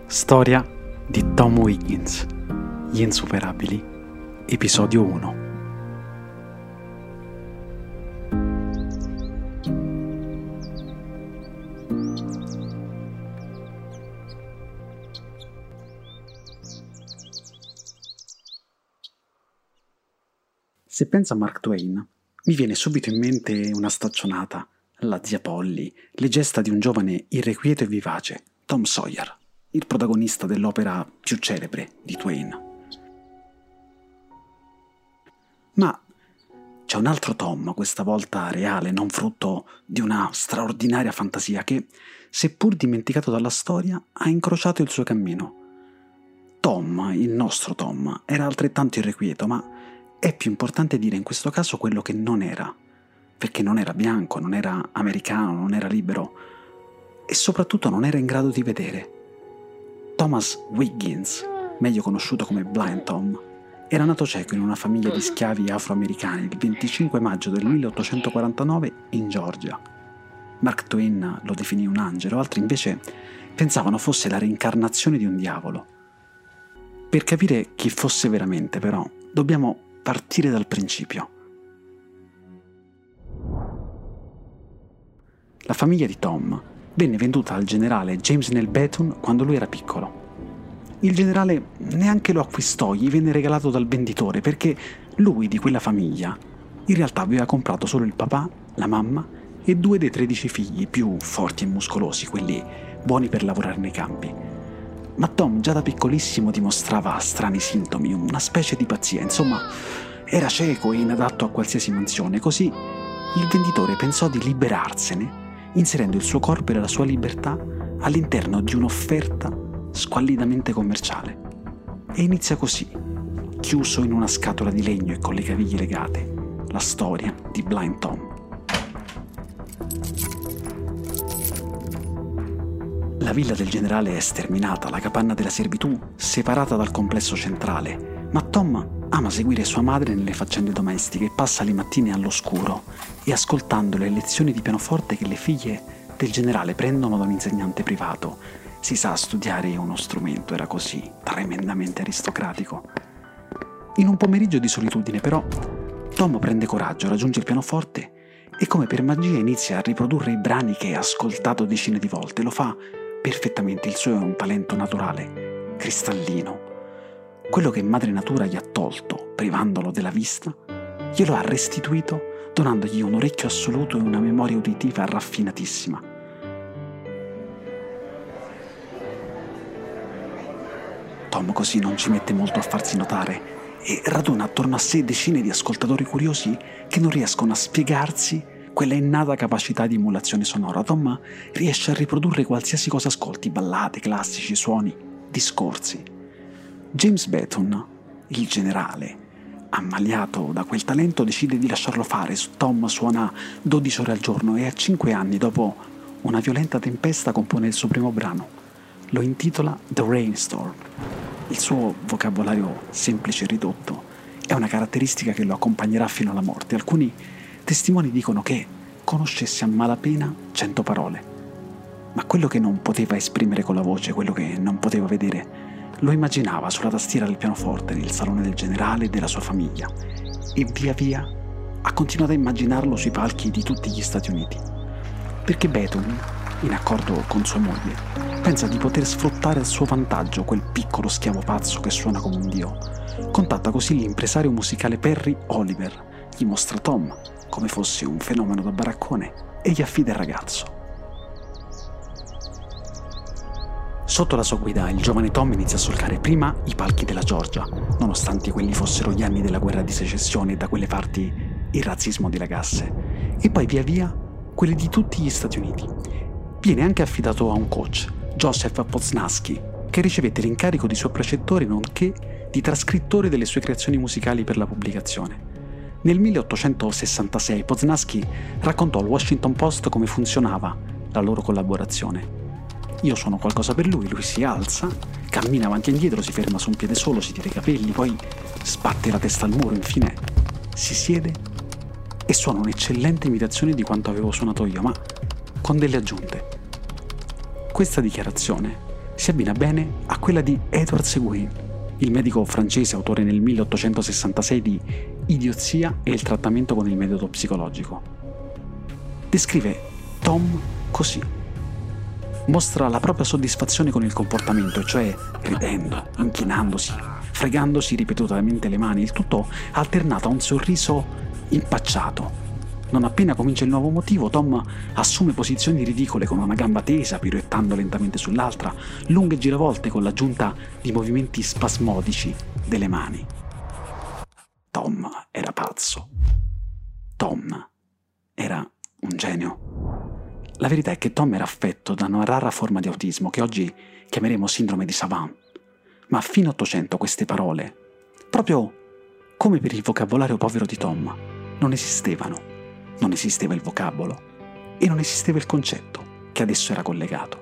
Storia di Tom Wiggins, Gli Insuperabili, episodio 1. Se penso a Mark Twain, mi viene subito in mente una staccionata, la zia Polly, le gesta di un giovane irrequieto e vivace, Tom Sawyer, il protagonista dell'opera più celebre di Twain. Ma c'è un altro Tom, questa volta reale, non frutto di una straordinaria fantasia, che, seppur dimenticato dalla storia, ha incrociato il suo cammino. Tom, il nostro Tom, era altrettanto irrequieto, ma è più importante dire in questo caso quello che non era, perché non era bianco, non era americano, non era libero e soprattutto non era in grado di vedere. Thomas Wiggins, meglio conosciuto come Blind Tom, era nato cieco in una famiglia di schiavi afroamericani il 25 maggio del 1849 in Georgia. Mark Twain lo definì un angelo, altri invece pensavano fosse la reincarnazione di un diavolo. Per capire chi fosse veramente, però, dobbiamo partire dal principio. La famiglia di Tom venne venduta al generale James Nell Betun quando lui era piccolo. Il generale neanche lo acquistò, gli venne regalato dal venditore perché lui di quella famiglia in realtà aveva comprato solo il papà, la mamma e 2 dei 13 figli più forti e muscolosi, quelli buoni per lavorare nei campi. Ma Tom già da piccolissimo dimostrava strani sintomi, una specie di pazzia, insomma era cieco e inadatto a qualsiasi mansione, così il venditore pensò di liberarsene inserendo il suo corpo e la sua libertà all'interno di un'offerta squallidamente commerciale. E inizia così, chiuso in una scatola di legno e con le caviglie legate, la storia di Blind Tom. La villa del generale è sterminata, la capanna della servitù separata dal complesso centrale, ma Tom ama seguire sua madre nelle faccende domestiche e passa le mattine all'oscuro e ascoltando le lezioni di pianoforte che le figlie del generale prendono da un insegnante privato. Si sa, studiare uno strumento era così tremendamente aristocratico. In un pomeriggio di solitudine, però, Tom prende coraggio, raggiunge il pianoforte e come per magia inizia a riprodurre i brani che ha ascoltato decine di volte. Lo fa perfettamente, il suo è un talento naturale, cristallino. Quello che madre natura gli ha tolto, privandolo della vista, glielo ha restituito donandogli un orecchio assoluto e una memoria uditiva raffinatissima. Tom così non ci mette molto a farsi notare e raduna attorno a sé decine di ascoltatori curiosi che non riescono a spiegarsi quella innata capacità di emulazione sonora. Tom riesce a riprodurre qualsiasi cosa ascolti, ballate, classici, suoni, discorsi. James Betun, il generale, ammaliato da quel talento, decide di lasciarlo fare. Tom suona 12 ore al giorno e a 5 anni, dopo una violenta tempesta, compone il suo primo brano. Lo intitola The Rainstorm. Il suo vocabolario semplice e ridotto è una caratteristica che lo accompagnerà fino alla morte. Alcuni testimoni dicono che conoscesse a malapena 100 parole, ma quello che non poteva esprimere con la voce, quello che non poteva vedere, lo immaginava sulla tastiera del pianoforte nel salone del generale e della sua famiglia e via via ha continuato a immaginarlo sui palchi di tutti gli Stati Uniti. Perché Betun, in accordo con sua moglie, pensa di poter sfruttare a suo vantaggio quel piccolo schiavo pazzo che suona come un dio. Contatta così l'impresario musicale Perry Oliver, gli mostra Tom come fosse un fenomeno da baraccone e gli affida il ragazzo. Sotto la sua guida il giovane Tom inizia a solcare prima i palchi della Georgia, nonostante quelli fossero gli anni della guerra di secessione e da quelle parti il razzismo dilagasse, e poi via via quelli di tutti gli Stati Uniti. Viene anche affidato a un coach, Joseph Poznański, che ricevette l'incarico di suo precettore nonché di trascrittore delle sue creazioni musicali per la pubblicazione. Nel 1866 Poznański raccontò al Washington Post come funzionava la loro collaborazione. Io suono qualcosa per lui, lui si alza, cammina avanti e indietro, si ferma su un piede solo, si tira i capelli, poi sbatte la testa al muro, infine si siede e suona un'eccellente imitazione di quanto avevo suonato io, ma con delle aggiunte. Questa dichiarazione si abbina bene a quella di Edward Seguin, il medico francese autore nel 1866 di Idiozia e il trattamento con il metodo psicologico. Descrive Tom così. Mostra la propria soddisfazione con il comportamento, cioè ridendo, inchinandosi, fregandosi ripetutamente le mani, il tutto alternato a un sorriso impacciato. Non appena comincia il nuovo motivo, Tom assume posizioni ridicole con una gamba tesa, piroettando lentamente sull'altra, lunghe giravolte con l'aggiunta di movimenti spasmodici delle mani. Tom era pazzo. Tom era un genio. La verità è che Tom era affetto da una rara forma di autismo che oggi chiameremo sindrome di Savant. Ma a fine Ottocento queste parole, proprio come per il vocabolario povero di Tom, non esistevano. Non esisteva il vocabolo e non esisteva il concetto che adesso era collegato.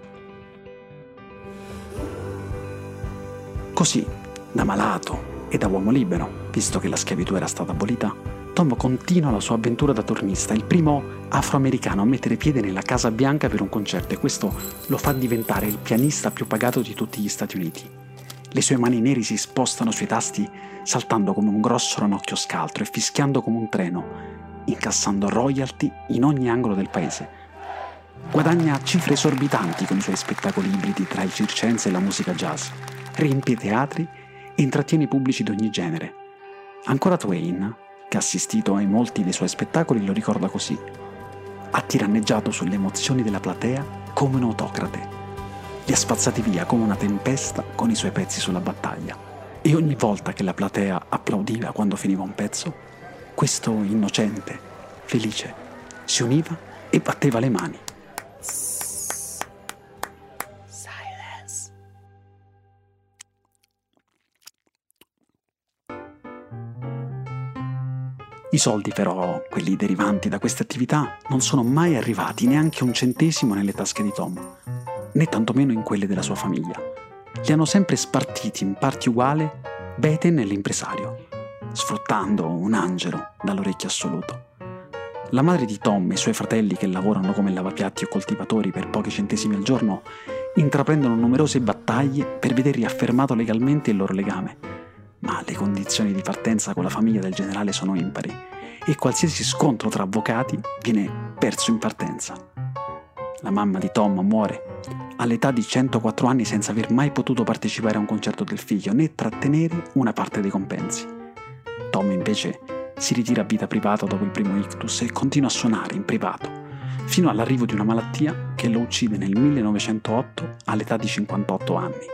Così, da malato e da uomo libero, visto che la schiavitù era stata abolita, Tom continua la sua avventura da turnista, il primo afroamericano a mettere piede nella Casa Bianca per un concerto, e questo lo fa diventare il pianista più pagato di tutti gli Stati Uniti. Le sue mani nere si spostano sui tasti saltando come un grosso ranocchio scaltro e fischiando come un treno, incassando royalty in ogni angolo del paese. Guadagna cifre esorbitanti con i suoi spettacoli ibridi tra il circense e la musica jazz, riempie teatri e intrattiene i pubblici di ogni genere. Ancora Twain, che ha assistito ai molti dei suoi spettacoli, lo ricorda così: ha tiranneggiato sulle emozioni della platea come un autocrate, li ha spazzati via come una tempesta con i suoi pezzi sulla battaglia, e ogni volta che la platea applaudiva quando finiva un pezzo, questo innocente, felice, si univa e batteva le mani. Silence. I soldi però, quelli derivanti da queste attività, non sono mai arrivati neanche un centesimo nelle tasche di Tom, né tantomeno in quelle della sua famiglia. Li hanno sempre spartiti in parti uguali Beten e l'impresario, sfruttando un angelo dall'orecchio assoluto. La madre di Tom e i suoi fratelli, che lavorano come lavapiatti o coltivatori per pochi centesimi al giorno, intraprendono numerose battaglie per vedere riaffermato legalmente il loro legame, ma le condizioni di partenza con la famiglia del generale sono impari e qualsiasi scontro tra avvocati viene perso in partenza. La mamma di Tom muore all'età di 104 anni senza aver mai potuto partecipare a un concerto del figlio né trattenere una parte dei compensi. Tom invece si ritira a vita privata dopo il primo ictus e continua a suonare in privato, fino all'arrivo di una malattia che lo uccide nel 1908 all'età di 58 anni.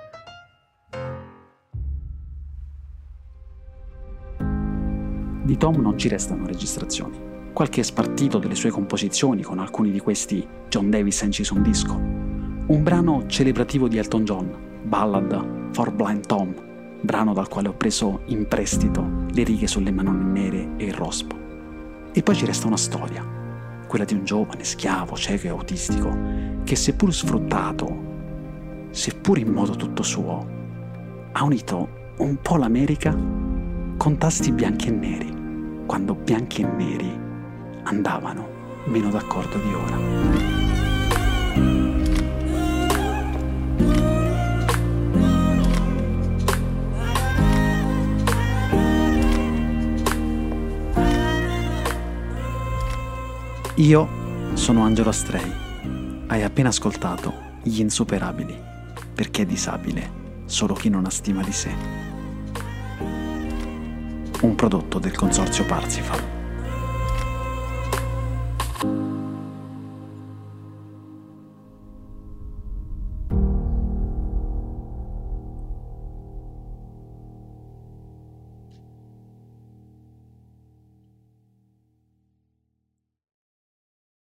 Di Tom non ci restano registrazioni. Qualche spartito delle sue composizioni, con alcuni di questi John Davis ha inciso un disco. Un brano celebrativo di Elton John, Ballad for Blind Tom, brano dal quale ho preso in prestito le righe sulle manone nere e il rospo. E poi ci resta una storia, quella di un giovane schiavo, cieco e autistico, che seppur sfruttato, seppur in modo tutto suo, ha unito un po' l'America con tasti bianchi e neri, quando bianchi e neri andavano meno d'accordo di ora. Io sono Angelo Astrei. Hai appena ascoltato Gli Insuperabili, perché è disabile solo chi non ha stima di sé. Un prodotto del consorzio Parsifal.